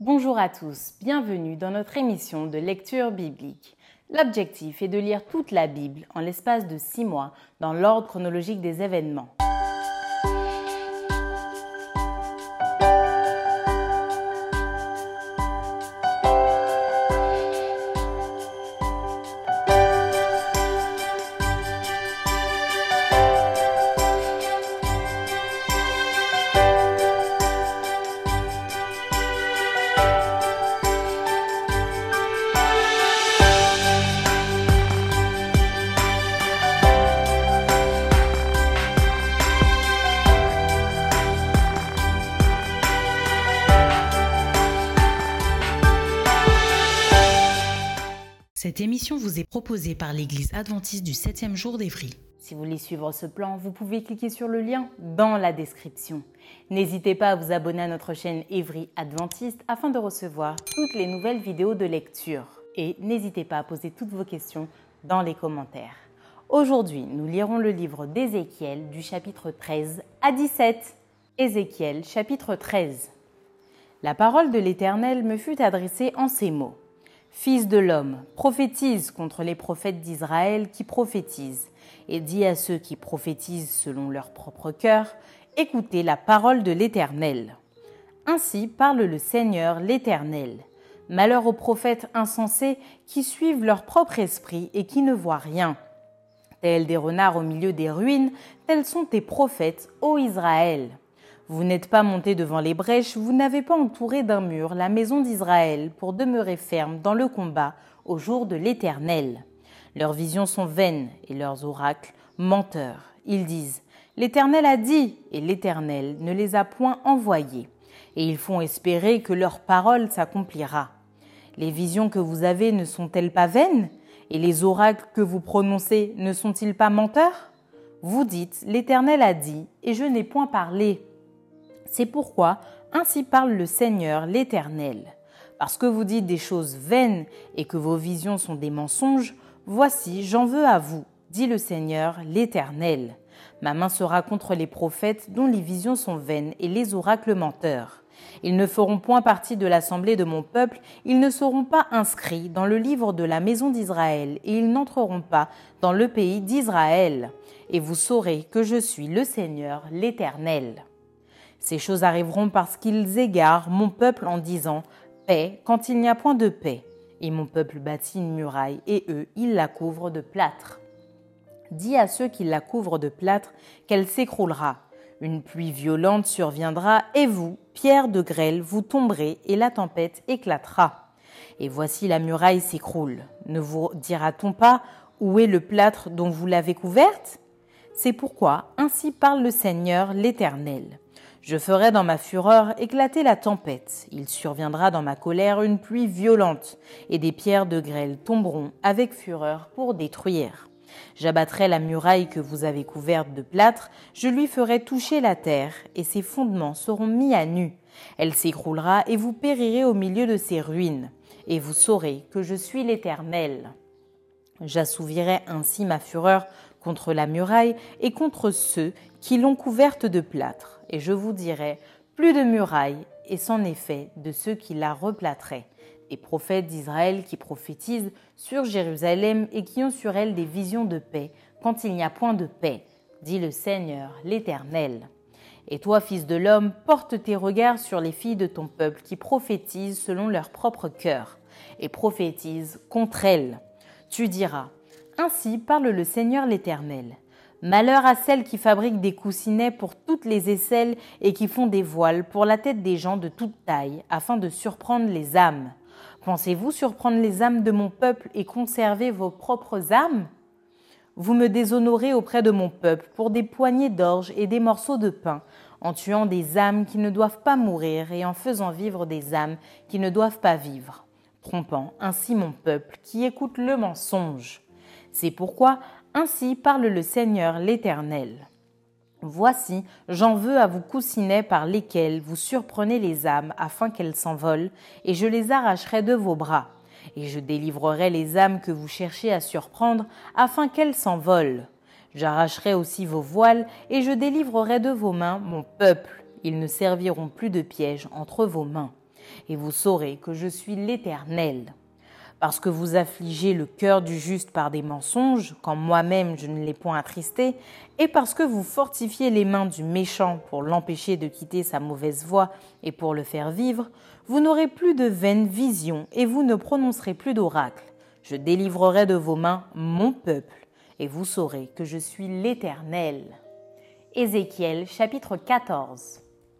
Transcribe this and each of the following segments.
Bonjour à tous, bienvenue dans notre émission de lecture biblique. L'objectif est de lire toute la Bible en l'espace de 6 mois dans l'ordre chronologique des événements. Cette émission vous est proposée par l'Église adventiste du 7e jour d'Évry. Si vous voulez suivre ce plan, vous pouvez cliquer sur le lien dans la description. N'hésitez pas à vous abonner à notre chaîne Évry Adventiste afin de recevoir toutes les nouvelles vidéos de lecture. Et n'hésitez pas à poser toutes vos questions dans les commentaires. Aujourd'hui, nous lirons le livre d'Ézéchiel du chapitre 13 à 17. Ézéchiel chapitre 13. La parole de l'Éternel me fut adressée en ces mots. Fils de l'homme, prophétise contre les prophètes d'Israël qui prophétisent, et dis à ceux qui prophétisent selon leur propre cœur, écoutez la parole de l'Éternel. Ainsi parle le Seigneur l'Éternel. Malheur aux prophètes insensés qui suivent leur propre esprit et qui ne voient rien. Tels des renards au milieu des ruines, tels sont tes prophètes, ô Israël. Vous n'êtes pas montés devant les brèches, vous n'avez pas entouré d'un mur la maison d'Israël pour demeurer ferme dans le combat au jour de l'Éternel. Leurs visions sont vaines et leurs oracles menteurs. Ils disent « L'Éternel a dit » et l'Éternel ne les a point envoyés. Et ils font espérer que leur parole s'accomplira. Les visions que vous avez ne sont-elles pas vaines? Et les oracles que vous prononcez ne sont-ils pas menteurs? Vous dites « L'Éternel a dit » et je n'ai point parlé. C'est pourquoi ainsi parle le Seigneur l'Éternel. Parce que vous dites des choses vaines et que vos visions sont des mensonges, voici, j'en veux à vous, dit le Seigneur l'Éternel. Ma main sera contre les prophètes dont les visions sont vaines et les oracles menteurs. Ils ne feront point partie de l'assemblée de mon peuple, ils ne seront pas inscrits dans le livre de la maison d'Israël et ils n'entreront pas dans le pays d'Israël. Et vous saurez que je suis le Seigneur l'Éternel. Ces choses arriveront parce qu'ils égarent mon peuple en disant « paix » quand il n'y a point de paix. Et mon peuple bâtit une muraille et eux, ils la couvrent de plâtre. Dis à ceux qui la couvrent de plâtre qu'elle s'écroulera. Une pluie violente surviendra et vous, pierres de grêle, vous tomberez et la tempête éclatera. Et voici la muraille s'écroule. Ne vous dira-t-on pas « où est le plâtre dont vous l'avez couverte ?» C'est pourquoi ainsi parle le Seigneur l'Éternel. Je ferai dans ma fureur éclater la tempête. Il surviendra dans ma colère une pluie violente, et des pierres de grêle tomberont avec fureur pour détruire. J'abattrai la muraille que vous avez couverte de plâtre, je lui ferai toucher la terre, et ses fondements seront mis à nu. Elle s'écroulera et vous périrez au milieu de ses ruines, et vous saurez que je suis l'Éternel. J'assouvirai ainsi ma fureur contre la muraille et contre ceux qui l'ont couverte de plâtre. Et je vous dirai, plus de muraille, et c'en est fait de ceux qui la replâtraient. Des prophètes d'Israël qui prophétisent sur Jérusalem et qui ont sur elle des visions de paix, quand il n'y a point de paix, dit le Seigneur l'Éternel. Et toi, fils de l'homme, porte tes regards sur les filles de ton peuple qui prophétisent selon leur propre cœur, et prophétisent contre elles. Tu diras, ainsi parle le Seigneur l'Éternel. Malheur à celles qui fabriquent des coussinets pour toutes les aisselles et qui font des voiles pour la tête des gens de toute taille, afin de surprendre les âmes. Pensez-vous surprendre les âmes de mon peuple et conserver vos propres âmes? Vous me déshonorez auprès de mon peuple pour des poignées d'orge et des morceaux de pain, en tuant des âmes qui ne doivent pas mourir et en faisant vivre des âmes qui ne doivent pas vivre, trompant ainsi mon peuple qui écoute le mensonge. C'est pourquoi ainsi parle le Seigneur l'Éternel. Voici, j'en veux à vos coussinets par lesquels vous surprenez les âmes afin qu'elles s'envolent, et je les arracherai de vos bras. Et je délivrerai les âmes que vous cherchez à surprendre afin qu'elles s'envolent. J'arracherai aussi vos voiles et je délivrerai de vos mains mon peuple. Ils ne serviront plus de piège entre vos mains. et vous saurez que je suis l'Éternel. Parce que vous affligez le cœur du juste par des mensonges, quand moi-même je ne l'ai point attristé, et parce que vous fortifiez les mains du méchant pour l'empêcher de quitter sa mauvaise voie et pour le faire vivre, vous n'aurez plus de vaines visions et vous ne prononcerez plus d'oracles. Je délivrerai de vos mains mon peuple, et vous saurez que je suis l'Éternel. Ézéchiel chapitre 14.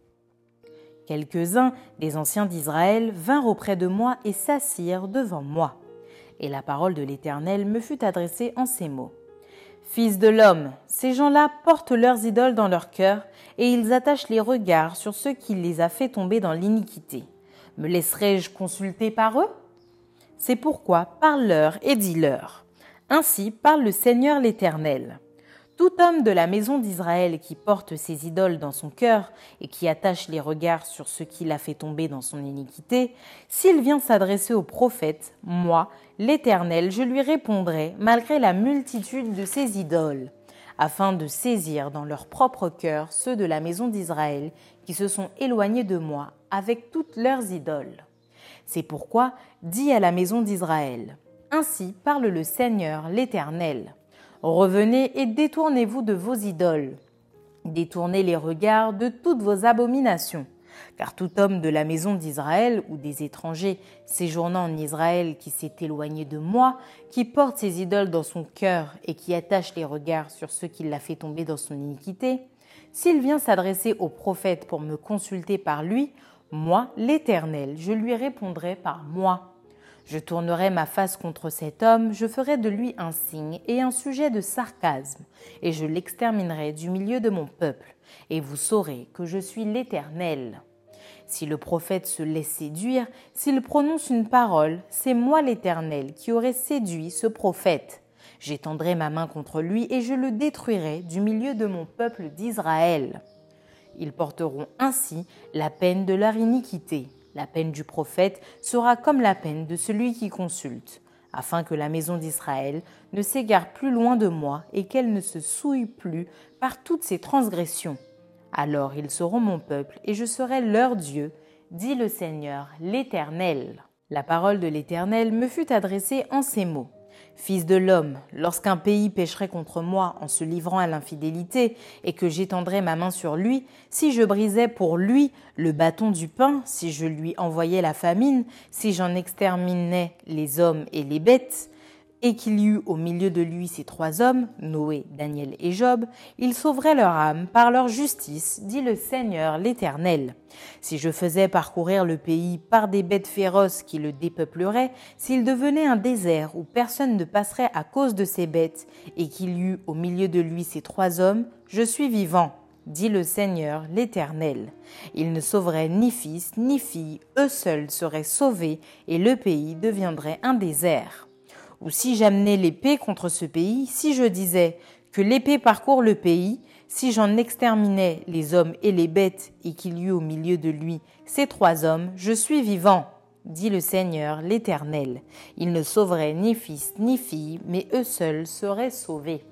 Quelques-uns des anciens d'Israël vinrent auprès de moi et s'assirent devant moi. Et la parole de l'Éternel me fut adressée en ces mots. Fils de l'homme, ces gens-là portent leurs idoles dans leur cœur et ils attachent les regards sur ce qui les a fait tomber dans l'iniquité. Me laisserai-je consulter par eux? C'est pourquoi parle-leur et dis-leur. Ainsi parle le Seigneur l'Éternel. Tout homme de la maison d'Israël qui porte ses idoles dans son cœur et qui attache les regards sur ce qui l'a fait tomber dans son iniquité, s'il vient s'adresser au prophète, moi, l'Éternel, je lui répondrai malgré la multitude de ses idoles, afin de saisir dans leur propre cœur ceux de la maison d'Israël qui se sont éloignés de moi avec toutes leurs idoles. C'est pourquoi dis à la maison d'Israël, ainsi parle le Seigneur l'Éternel. Revenez et détournez-vous de vos idoles. Détournez les regards de toutes vos abominations. Car tout homme de la maison d'Israël ou des étrangers séjournant en Israël qui s'est éloigné de moi, qui porte ses idoles dans son cœur et qui attache les regards sur ce qui l'a fait tomber dans son iniquité, s'il vient s'adresser au prophète pour me consulter par lui, moi, l'Éternel, je lui répondrai par moi. Je tournerai ma face contre cet homme, je ferai de lui un signe et un sujet de sarcasme, et je l'exterminerai du milieu de mon peuple, et vous saurez que je suis l'Éternel. Si le prophète se laisse séduire, s'il prononce une parole, c'est moi l'Éternel qui aurai séduit ce prophète. J'étendrai ma main contre lui et je le détruirai du milieu de mon peuple d'Israël. Ils porteront ainsi la peine de leur iniquité. La peine du prophète sera comme la peine de celui qui consulte, afin que la maison d'Israël ne s'égare plus loin de moi et qu'elle ne se souille plus par toutes ses transgressions. Alors ils seront mon peuple et je serai leur Dieu, dit le Seigneur l'Éternel. La parole de l'Éternel me fut adressée en ces mots. Fils de l'homme, lorsqu'un pays pécherait contre moi en se livrant à l'infidélité et que j'étendrais ma main sur lui, si je brisais pour lui le bâton du pain, si je lui envoyais la famine, si j'en exterminais les hommes et les bêtes, et qu'il y eut au milieu de lui ces trois hommes, Noé, Daniel et Job, ils sauveraient leur âme par leur justice, dit le Seigneur l'Éternel. Si je faisais parcourir le pays par des bêtes féroces qui le dépeupleraient, s'il devenait un désert où personne ne passerait à cause de ces bêtes, et qu'il y eut au milieu de lui ces trois hommes, je suis vivant, dit le Seigneur l'Éternel. Ils ne sauveraient ni fils ni fille, eux seuls seraient sauvés, et le pays deviendrait un désert. Ou si j'amenais l'épée contre ce pays, si je disais que l'épée parcourt le pays, si j'en exterminais les hommes et les bêtes et qu'il y eut au milieu de lui ces trois hommes, je suis vivant, dit le Seigneur l'Éternel. Ils ne sauveraient ni fils ni fille, mais eux seuls seraient sauvés.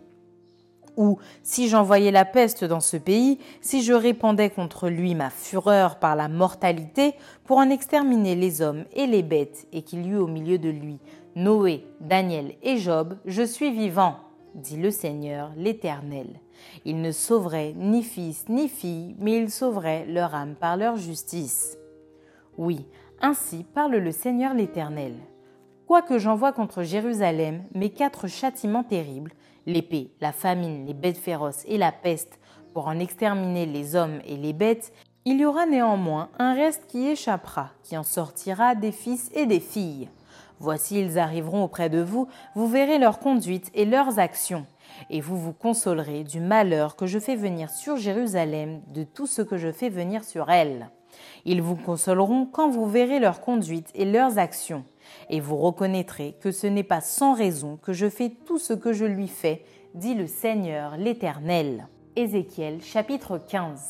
Ou si j'envoyais la peste dans ce pays, si je répandais contre lui ma fureur par la mortalité pour en exterminer les hommes et les bêtes et qu'il y eut au milieu de lui Noé, Daniel et Job, je suis vivant, dit le Seigneur l'Éternel. Ils ne sauveraient ni fils ni fille, mais ils sauveraient leur âme par leur justice. Oui, ainsi parle le Seigneur l'Éternel. Quoique j'envoie contre Jérusalem mes 4 châtiments terribles, l'épée, la famine, les bêtes féroces et la peste, pour en exterminer les hommes et les bêtes, il y aura néanmoins un reste qui échappera, qui en sortira des fils et des filles. Voici, ils arriveront auprès de vous, vous verrez leur conduite et leurs actions, et vous vous consolerez du malheur que je fais venir sur Jérusalem, de tout ce que je fais venir sur elle. Ils vous consoleront quand vous verrez leur conduite et leurs actions, et vous reconnaîtrez que ce n'est pas sans raison que je fais tout ce que je lui fais, dit le Seigneur l'Éternel. Ézéchiel chapitre 15.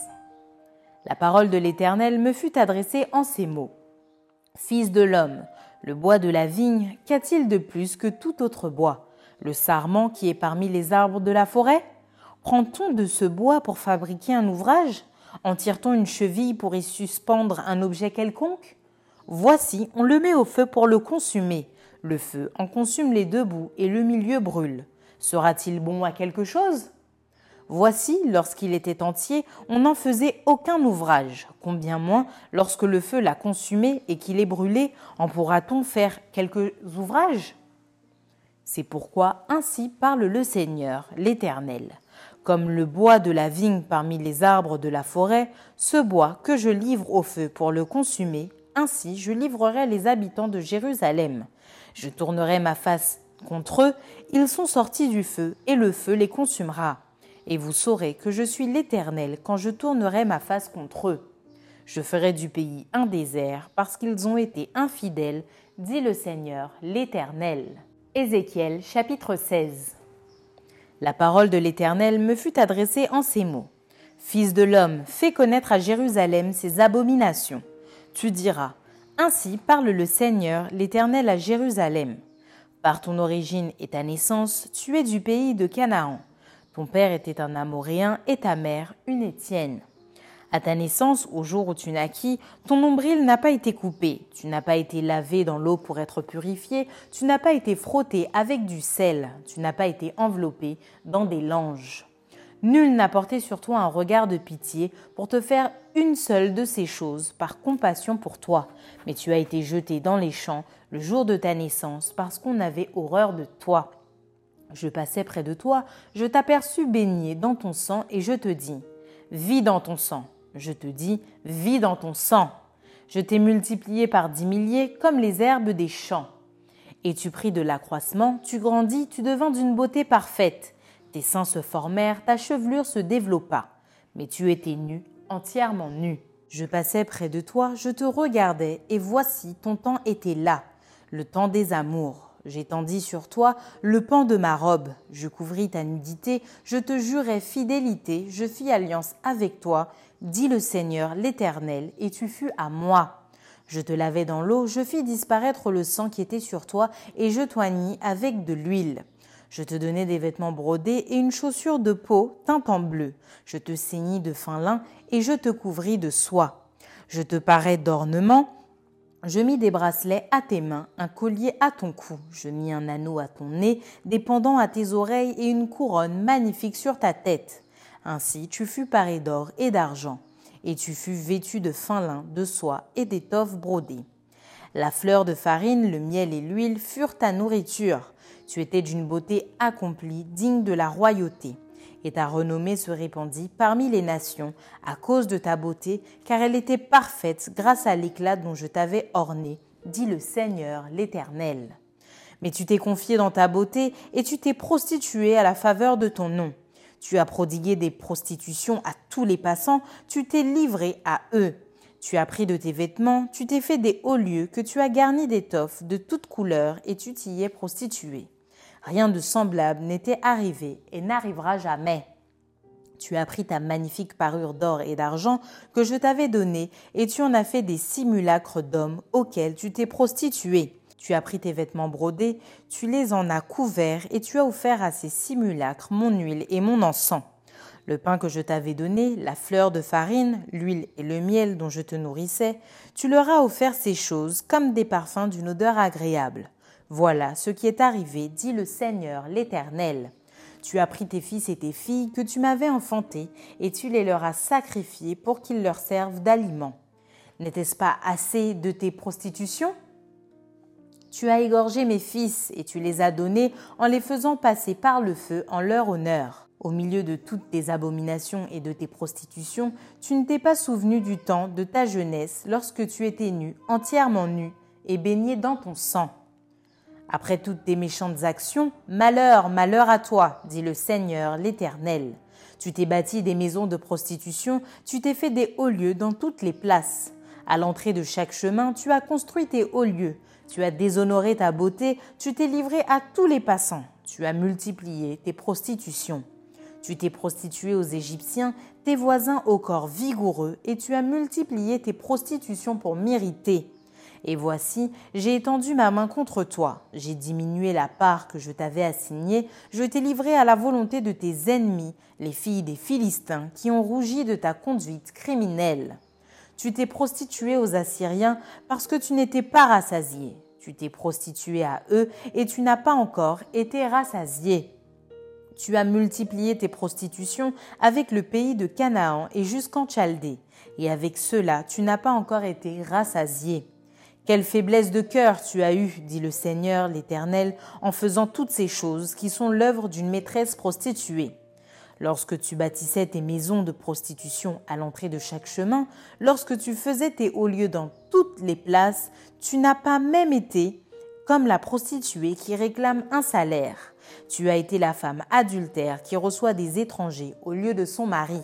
La parole de l'Éternel me fut adressée en ces mots. Fils de l'homme, le bois de la vigne, qu'a-t-il de plus que tout autre bois? Le sarment qui est parmi les arbres de la forêt? Prend-on de ce bois pour fabriquer un ouvrage? En tire-t-on une cheville pour y suspendre un objet quelconque? Voici, on le met au feu pour le consumer. Le feu en consume les deux bouts et le milieu brûle. Sera-t-il bon à quelque chose ? Voici, lorsqu'il était entier, on n'en faisait aucun ouvrage. Combien moins, lorsque le feu l'a consumé et qu'il est brûlé, en pourra-t-on faire quelques ouvrages ? C'est pourquoi ainsi parle le Seigneur, l'Éternel. Comme le bois de la vigne parmi les arbres de la forêt, ce bois que je livre au feu pour le consumer, ainsi je livrerai les habitants de Jérusalem. Je tournerai ma face contre eux, ils sont sortis du feu, et le feu les consumera. Et vous saurez que je suis l'Éternel quand je tournerai ma face contre eux. Je ferai du pays un désert parce qu'ils ont été infidèles, dit le Seigneur, l'Éternel. Ézéchiel chapitre 16. La parole de l'Éternel me fut adressée en ces mots. Fils de l'homme, fais connaître à Jérusalem ses abominations. Tu diras, ainsi parle le Seigneur, l'Éternel à Jérusalem. Par ton origine et ta naissance, tu es du pays de Canaan. Ton père était un Amoréen et ta mère une Hétienne. À ta naissance, au jour où tu naquis, ton nombril n'a pas été coupé, tu n'as pas été lavé dans l'eau pour être purifié, tu n'as pas été frotté avec du sel, tu n'as pas été enveloppé dans des langes. Nul n'a porté sur toi un regard de pitié pour te faire une seule de ces choses par compassion pour toi, mais tu as été jeté dans les champs le jour de ta naissance parce qu'on avait horreur de toi. Je passais près de toi, je t'aperçus baigné dans ton sang et je te dis, vis dans ton sang. Je te dis, vis dans ton sang. Je t'ai multiplié par 10 milliers comme les herbes des champs. Et tu pris de l'accroissement, tu grandis, tu devins d'une beauté parfaite. Tes seins se formèrent, ta chevelure se développa. Mais tu étais nu, entièrement nu. Je passais près de toi, je te regardais, et voici, ton temps était là, le temps des amours. J'étendis sur toi le pan de ma robe, je couvris ta nudité, je te jurai fidélité, je fis alliance avec toi, dit le Seigneur l'Éternel, et tu fus à moi. Je te lavai dans l'eau, je fis disparaître le sang qui était sur toi, et je t'oignis avec de l'huile. Je te donnai des vêtements brodés et une chaussure de peau teinte en bleu. Je te ceignis de fin lin, et je te couvris de soie. Je te parais d'ornements. Je mis des bracelets à tes mains, un collier à ton cou, je mis un anneau à ton nez, des pendants à tes oreilles et une couronne magnifique sur ta tête. Ainsi tu fus paré d'or et d'argent, et tu fus vêtu de fin lin, de soie et d'étoffes brodées. La fleur de farine, le miel et l'huile furent ta nourriture. Tu étais d'une beauté accomplie, digne de la royauté. Et ta renommée se répandit parmi les nations à cause de ta beauté, car elle était parfaite grâce à l'éclat dont je t'avais orné, dit le Seigneur l'Éternel. Mais tu t'es confié dans ta beauté et tu t'es prostitué à la faveur de ton nom. Tu as prodigué des prostitutions à tous les passants, tu t'es livré à eux. Tu as pris de tes vêtements, tu t'es fait des hauts lieux que tu as garnis d'étoffes de toutes couleurs et tu t'y es prostitué. Rien de semblable n'était arrivé et n'arrivera jamais. Tu as pris ta magnifique parure d'or et d'argent que je t'avais donnée et tu en as fait des simulacres d'hommes auxquels tu t'es prostitué. Tu as pris tes vêtements brodés, tu les en as couverts et tu as offert à ces simulacres mon huile et mon encens. Le pain que je t'avais donné, la fleur de farine, l'huile et le miel dont je te nourrissais, tu leur as offert ces choses comme des parfums d'une odeur agréable. Voilà ce qui est arrivé, dit le Seigneur l'Éternel. Tu as pris tes fils et tes filles que tu m'avais enfantés, et tu les leur as sacrifiés pour qu'ils leur servent d'aliment. N'était-ce pas assez de tes prostitutions ? Tu as égorgé mes fils, et tu les as donnés en les faisant passer par le feu en leur honneur. Au milieu de toutes tes abominations et de tes prostitutions, tu ne t'es pas souvenu du temps de ta jeunesse lorsque tu étais nu, entièrement nu, et baigné dans ton sang. Après toutes tes méchantes actions, malheur, malheur à toi, dit le Seigneur l'Éternel. Tu t'es bâti des maisons de prostitution, tu t'es fait des hauts lieux dans toutes les places. À l'entrée de chaque chemin, tu as construit tes hauts lieux. Tu as déshonoré ta beauté, tu t'es livré à tous les passants. Tu as multiplié tes prostitutions. Tu t'es prostitué aux Égyptiens, tes voisins au corps vigoureux, et tu as multiplié tes prostitutions pour m'irriter. Et voici, j'ai étendu ma main contre toi, j'ai diminué la part que je t'avais assignée, je t'ai livré à la volonté de tes ennemis, les filles des Philistins, qui ont rougi de ta conduite criminelle. Tu t'es prostitué aux Assyriens parce que tu n'étais pas rassasié. Tu t'es prostitué à eux et tu n'as pas encore été rassasié. Tu as multiplié tes prostitutions avec le pays de Canaan et jusqu'en Chaldée. Et avec cela, tu n'as pas encore été rassasié. Quelle faiblesse de cœur tu as eue, dit le Seigneur l'Éternel, en faisant toutes ces choses qui sont l'œuvre d'une maîtresse prostituée. Lorsque tu bâtissais tes maisons de prostitution à l'entrée de chaque chemin, lorsque tu faisais tes hauts lieux dans toutes les places, tu n'as pas même été comme la prostituée qui réclame un salaire. Tu as été la femme adultère qui reçoit des étrangers au lieu de son mari.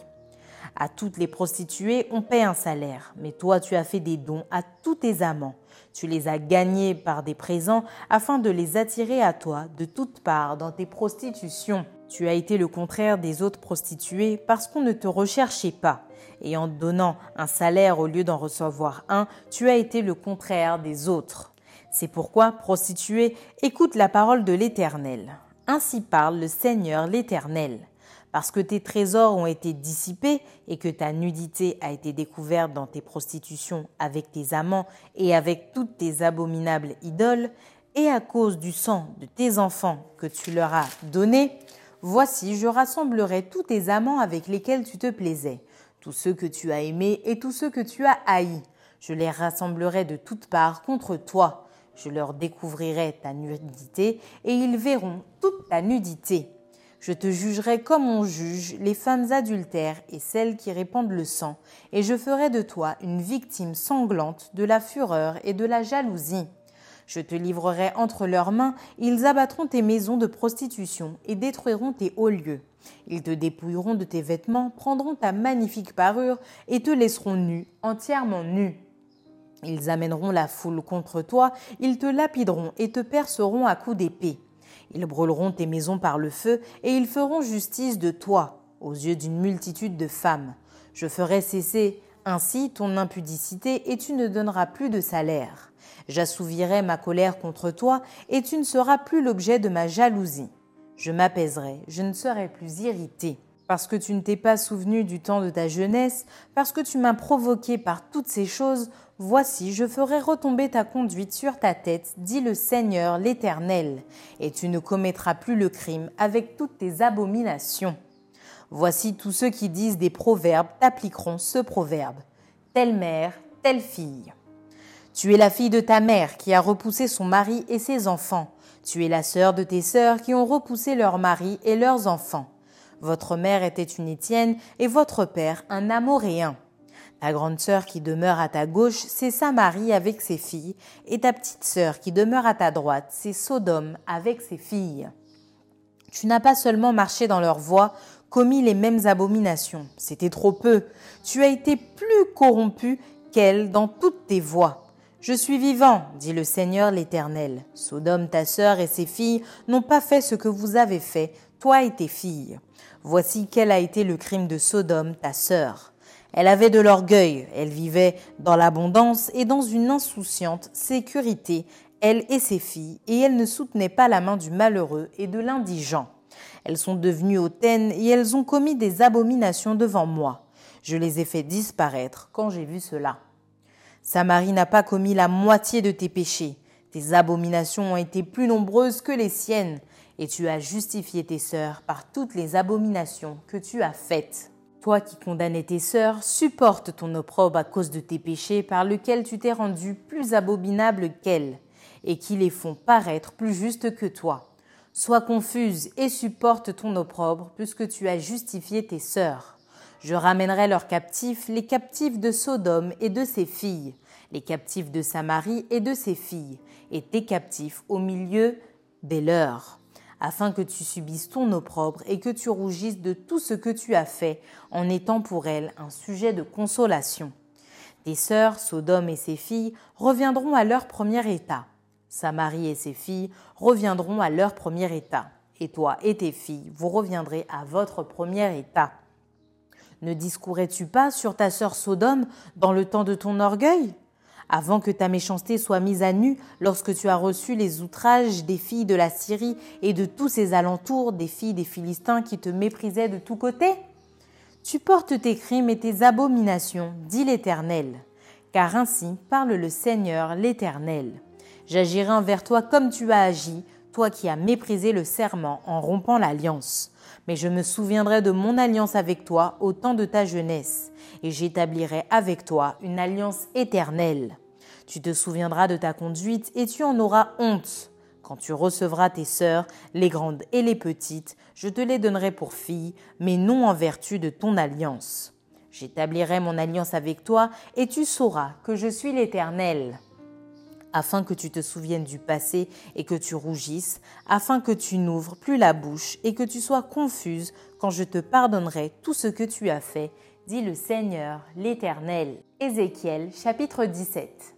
À toutes les prostituées, on paie un salaire, mais toi tu as fait des dons à tous tes amants. Tu les as gagnés par des présents afin de les attirer à toi de toutes parts dans tes prostitutions. Tu as été le contraire des autres prostituées parce qu'on ne te recherchait pas. Et en donnant un salaire au lieu d'en recevoir un, tu as été le contraire des autres. C'est pourquoi, prostituée, écoute la parole de l'Éternel. Ainsi parle le Seigneur l'Éternel. Parce que tes trésors ont été dissipés et que ta nudité a été découverte dans tes prostitutions avec tes amants et avec toutes tes abominables idoles, et à cause du sang de tes enfants que tu leur as donné, voici, je rassemblerai tous tes amants avec lesquels tu te plaisais, tous ceux que tu as aimés et tous ceux que tu as haïs. Je les rassemblerai de toutes parts contre toi. Je leur découvrirai ta nudité et ils verront toute ta nudité. Je te jugerai comme on juge les femmes adultères et celles qui répandent le sang, et je ferai de toi une victime sanglante de la fureur et de la jalousie. Je te livrerai entre leurs mains, ils abattront tes maisons de prostitution et détruiront tes hauts lieux. Ils te dépouilleront de tes vêtements, prendront ta magnifique parure et te laisseront nu, entièrement nu. Ils amèneront la foule contre toi, ils te lapideront et te perceront à coups d'épée. Ils brûleront tes maisons par le feu et ils feront justice de toi aux yeux d'une multitude de femmes. Je ferai cesser ainsi ton impudicité et tu ne donneras plus de salaire. J'assouvirai ma colère contre toi et tu ne seras plus l'objet de ma jalousie. Je m'apaiserai, je ne serai plus irrité. Parce que tu ne t'es pas souvenu du temps de ta jeunesse, parce que tu m'as provoqué par toutes ces choses, voici, je ferai retomber ta conduite sur ta tête, dit le Seigneur l'Éternel, et tu ne commettras plus le crime avec toutes tes abominations. Voici tous ceux qui disent des proverbes t'appliqueront ce proverbe. Telle mère, telle fille. Tu es la fille de ta mère qui a repoussé son mari et ses enfants. Tu es la sœur de tes sœurs qui ont repoussé leurs maris et leurs enfants. Votre mère était une Étienne et votre père un Amoréen. Ta grande sœur qui demeure à ta gauche, c'est Samarie avec ses filles, et ta petite sœur qui demeure à ta droite, c'est Sodome avec ses filles. Tu n'as pas seulement marché dans leurs voies, commis les mêmes abominations, c'était trop peu. Tu as été plus corrompu qu'elles dans toutes tes voies. Je suis vivant, dit le Seigneur l'Éternel. Sodome, ta sœur et ses filles n'ont pas fait ce que vous avez fait, toi et tes filles. Voici quel a été le crime de Sodome, ta sœur. Elle avait de l'orgueil, elle vivait dans l'abondance et dans une insouciante sécurité, elle et ses filles, et elle ne soutenait pas la main du malheureux et de l'indigent. Elles sont devenues hautaines et elles ont commis des abominations devant moi. Je les ai fait disparaître quand j'ai vu cela. Samarie n'a pas commis la moitié de tes péchés. Tes abominations ont été plus nombreuses que les siennes. Et tu as justifié tes sœurs par toutes les abominations que tu as faites. Toi qui condamnais tes sœurs, supporte ton opprobre à cause de tes péchés par lesquels tu t'es rendu plus abominable qu'elles, et qui les font paraître plus justes que toi. Sois confuse et supporte ton opprobre, puisque tu as justifié tes sœurs. Je ramènerai leurs captifs, les captifs de Sodome et de ses filles, les captifs de Samarie et de ses filles, et tes captifs au milieu des leurs, afin que tu subisses ton opprobre et que tu rougisses de tout ce que tu as fait, en étant pour elles un sujet de consolation. Tes sœurs, Sodome et ses filles, reviendront à leur premier état. Samarie et ses filles reviendront à leur premier état. Et toi et tes filles, vous reviendrez à votre premier état. Ne discourais-tu pas sur ta sœur Sodome dans le temps de ton orgueil ? Avant que ta méchanceté soit mise à nu, lorsque tu as reçu les outrages des filles de la Syrie et de tous ses alentours, des filles des Philistins qui te méprisaient de tous côtés ? Tu portes tes crimes et tes abominations, dit l'Éternel. car ainsi parle le Seigneur l'Éternel. J'agirai envers toi comme tu as agi, toi qui as méprisé le serment en rompant l'alliance. Mais je me souviendrai de mon alliance avec toi au temps de ta jeunesse, et j'établirai avec toi une alliance éternelle. Tu te souviendras de ta conduite et tu en auras honte. Quand tu recevras tes sœurs, les grandes et les petites, je te les donnerai pour filles, mais non en vertu de ton alliance. J'établirai mon alliance avec toi et tu sauras que je suis l'Éternel. Afin que tu te souviennes du passé et que tu rougisses, afin que tu n'ouvres plus la bouche et que tu sois confuse quand je te pardonnerai tout ce que tu as fait, dit le Seigneur l'Éternel. Ézéchiel chapitre 17.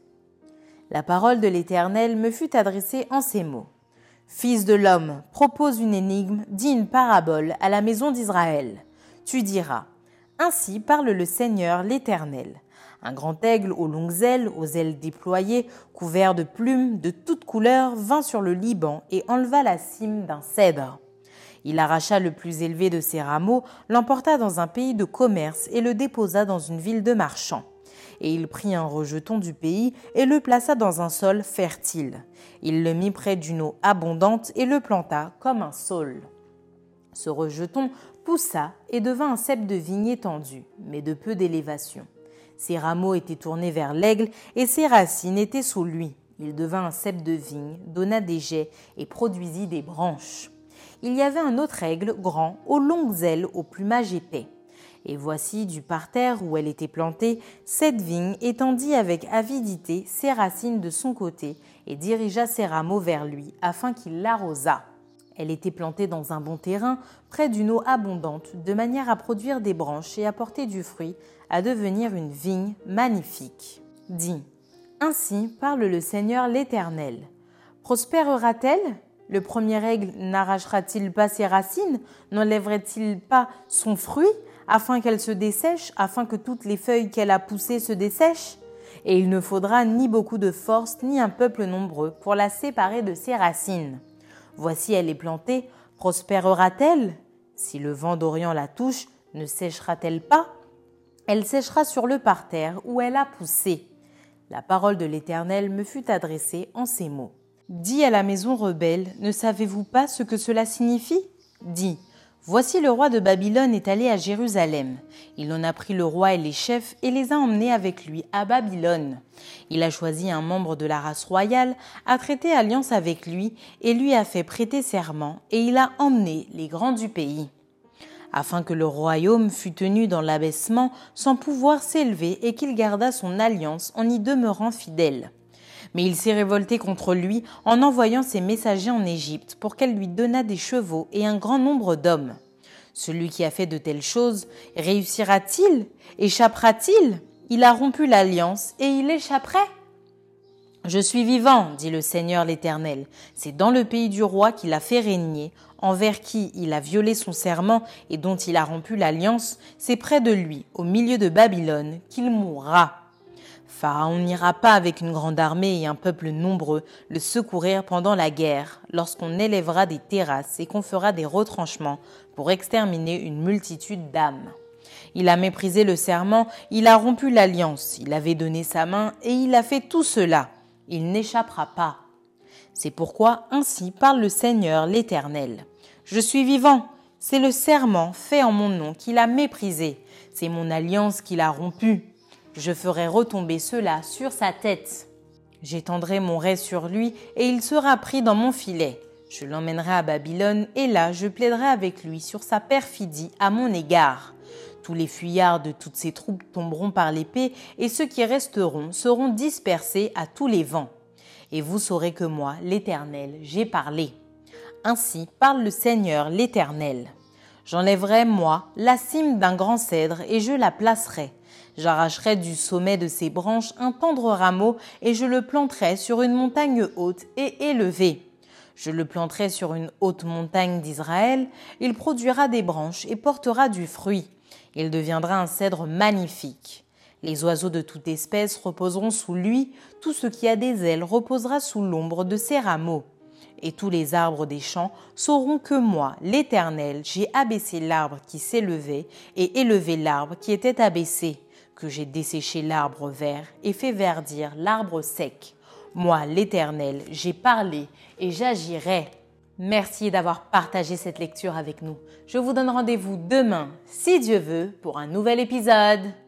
La parole de l'Éternel me fut adressée en ces mots. Fils de l'homme, propose une énigme, dis une parabole à la maison d'Israël. Tu diras, ainsi parle le Seigneur l'Éternel. Un grand aigle aux longues ailes, aux ailes déployées, couvert de plumes de toutes couleurs, vint sur le Liban et enleva la cime d'un cèdre. Il arracha le plus élevé de ses rameaux, l'emporta dans un pays de commerce et le déposa dans une ville de marchands. Et il prit un rejeton du pays et le plaça dans un sol fertile. Il le mit près d'une eau abondante et le planta comme un saule. Ce rejeton poussa et devint un cep de vigne étendu, mais de peu d'élévation. Ses rameaux étaient tournés vers l'aigle et ses racines étaient sous lui. Il devint un cep de vigne, donna des jets et produisit des branches. Il y avait un autre aigle grand, aux longues ailes, au plumage épais. Et voici, du parterre où elle était plantée, cette vigne étendit avec avidité ses racines de son côté et dirigea ses rameaux vers lui afin qu'il l'arrosât. Elle était plantée dans un bon terrain, près d'une eau abondante, de manière à produire des branches et à porter du fruit, à devenir une vigne magnifique. Dis, ainsi parle le Seigneur l'Éternel. Prospérera-t-elle ? Le premier aigle n'arrachera-t-il pas ses racines? N'enlèverait-il pas son fruit, afin qu'elle se dessèche, afin que toutes les feuilles qu'elle a poussées se dessèchent? Et il ne faudra ni beaucoup de force, ni un peuple nombreux pour la séparer de ses racines. Voici, elle est plantée, prospérera-t-elle? Si le vent d'Orient la touche, ne séchera-t-elle pas? Elle séchera sur le parterre où elle a poussé. La parole de l'Éternel me fut adressée en ces mots. Dis à la maison rebelle, ne savez-vous pas ce que cela signifie? Dis, voici le roi de Babylone est allé à Jérusalem. Il en a pris le roi et les chefs et les a emmenés avec lui à Babylone. Il a choisi un membre de la race royale, a traité alliance avec lui et lui a fait prêter serment et il a emmené les grands du pays. Afin que le royaume fût tenu dans l'abaissement sans pouvoir s'élever et qu'il gardât son alliance en y demeurant fidèle. Mais il s'est révolté contre lui en envoyant ses messagers en Égypte pour qu'elle lui donnât des chevaux et un grand nombre d'hommes. Celui qui a fait de telles choses, réussira-t-il? Échappera-t-il? Il a rompu l'alliance et il échapperait? Je suis vivant, dit le Seigneur l'Éternel. C'est dans le pays du roi qu'il a fait régner, envers qui il a violé son serment et dont il a rompu l'alliance, c'est près de lui, au milieu de Babylone, qu'il mourra. Pharaon n'ira pas avec une grande armée et un peuple nombreux le secourir pendant la guerre, lorsqu'on élèvera des terrasses et qu'on fera des retranchements pour exterminer une multitude d'âmes. Il a méprisé le serment, il a rompu l'alliance, il avait donné sa main et il a fait tout cela. Il n'échappera pas. C'est pourquoi ainsi parle le Seigneur l'Éternel. Je suis vivant, c'est le serment fait en mon nom qu'il a méprisé, c'est mon alliance qu'il a rompue. Je ferai retomber cela sur sa tête. J'étendrai mon rai sur lui et il sera pris dans mon filet. Je l'emmènerai à Babylone et là je plaiderai avec lui sur sa perfidie à mon égard. Tous les fuyards de toutes ses troupes tomberont par l'épée et ceux qui resteront seront dispersés à tous les vents. Et vous saurez que moi, l'Éternel, j'ai parlé. Ainsi parle le Seigneur l'Éternel. J'enlèverai, moi, la cime d'un grand cèdre et je la placerai. J'arracherai du sommet de ses branches un tendre rameau et je le planterai sur une montagne haute et élevée. Je le planterai sur une haute montagne d'Israël. Il produira des branches et portera du fruit. Il deviendra un cèdre magnifique. Les oiseaux de toute espèce reposeront sous lui. Tout ce qui a des ailes reposera sous l'ombre de ses rameaux. Et tous les arbres des champs sauront que moi, l'Éternel, j'ai abaissé l'arbre qui s'élevait et élevé l'arbre qui était abaissé, que j'ai desséché l'arbre vert et fait verdir l'arbre sec. Moi, l'Éternel, j'ai parlé et j'agirai. Merci d'avoir partagé cette lecture avec nous. Je vous donne rendez-vous demain, si Dieu veut, pour un nouvel épisode.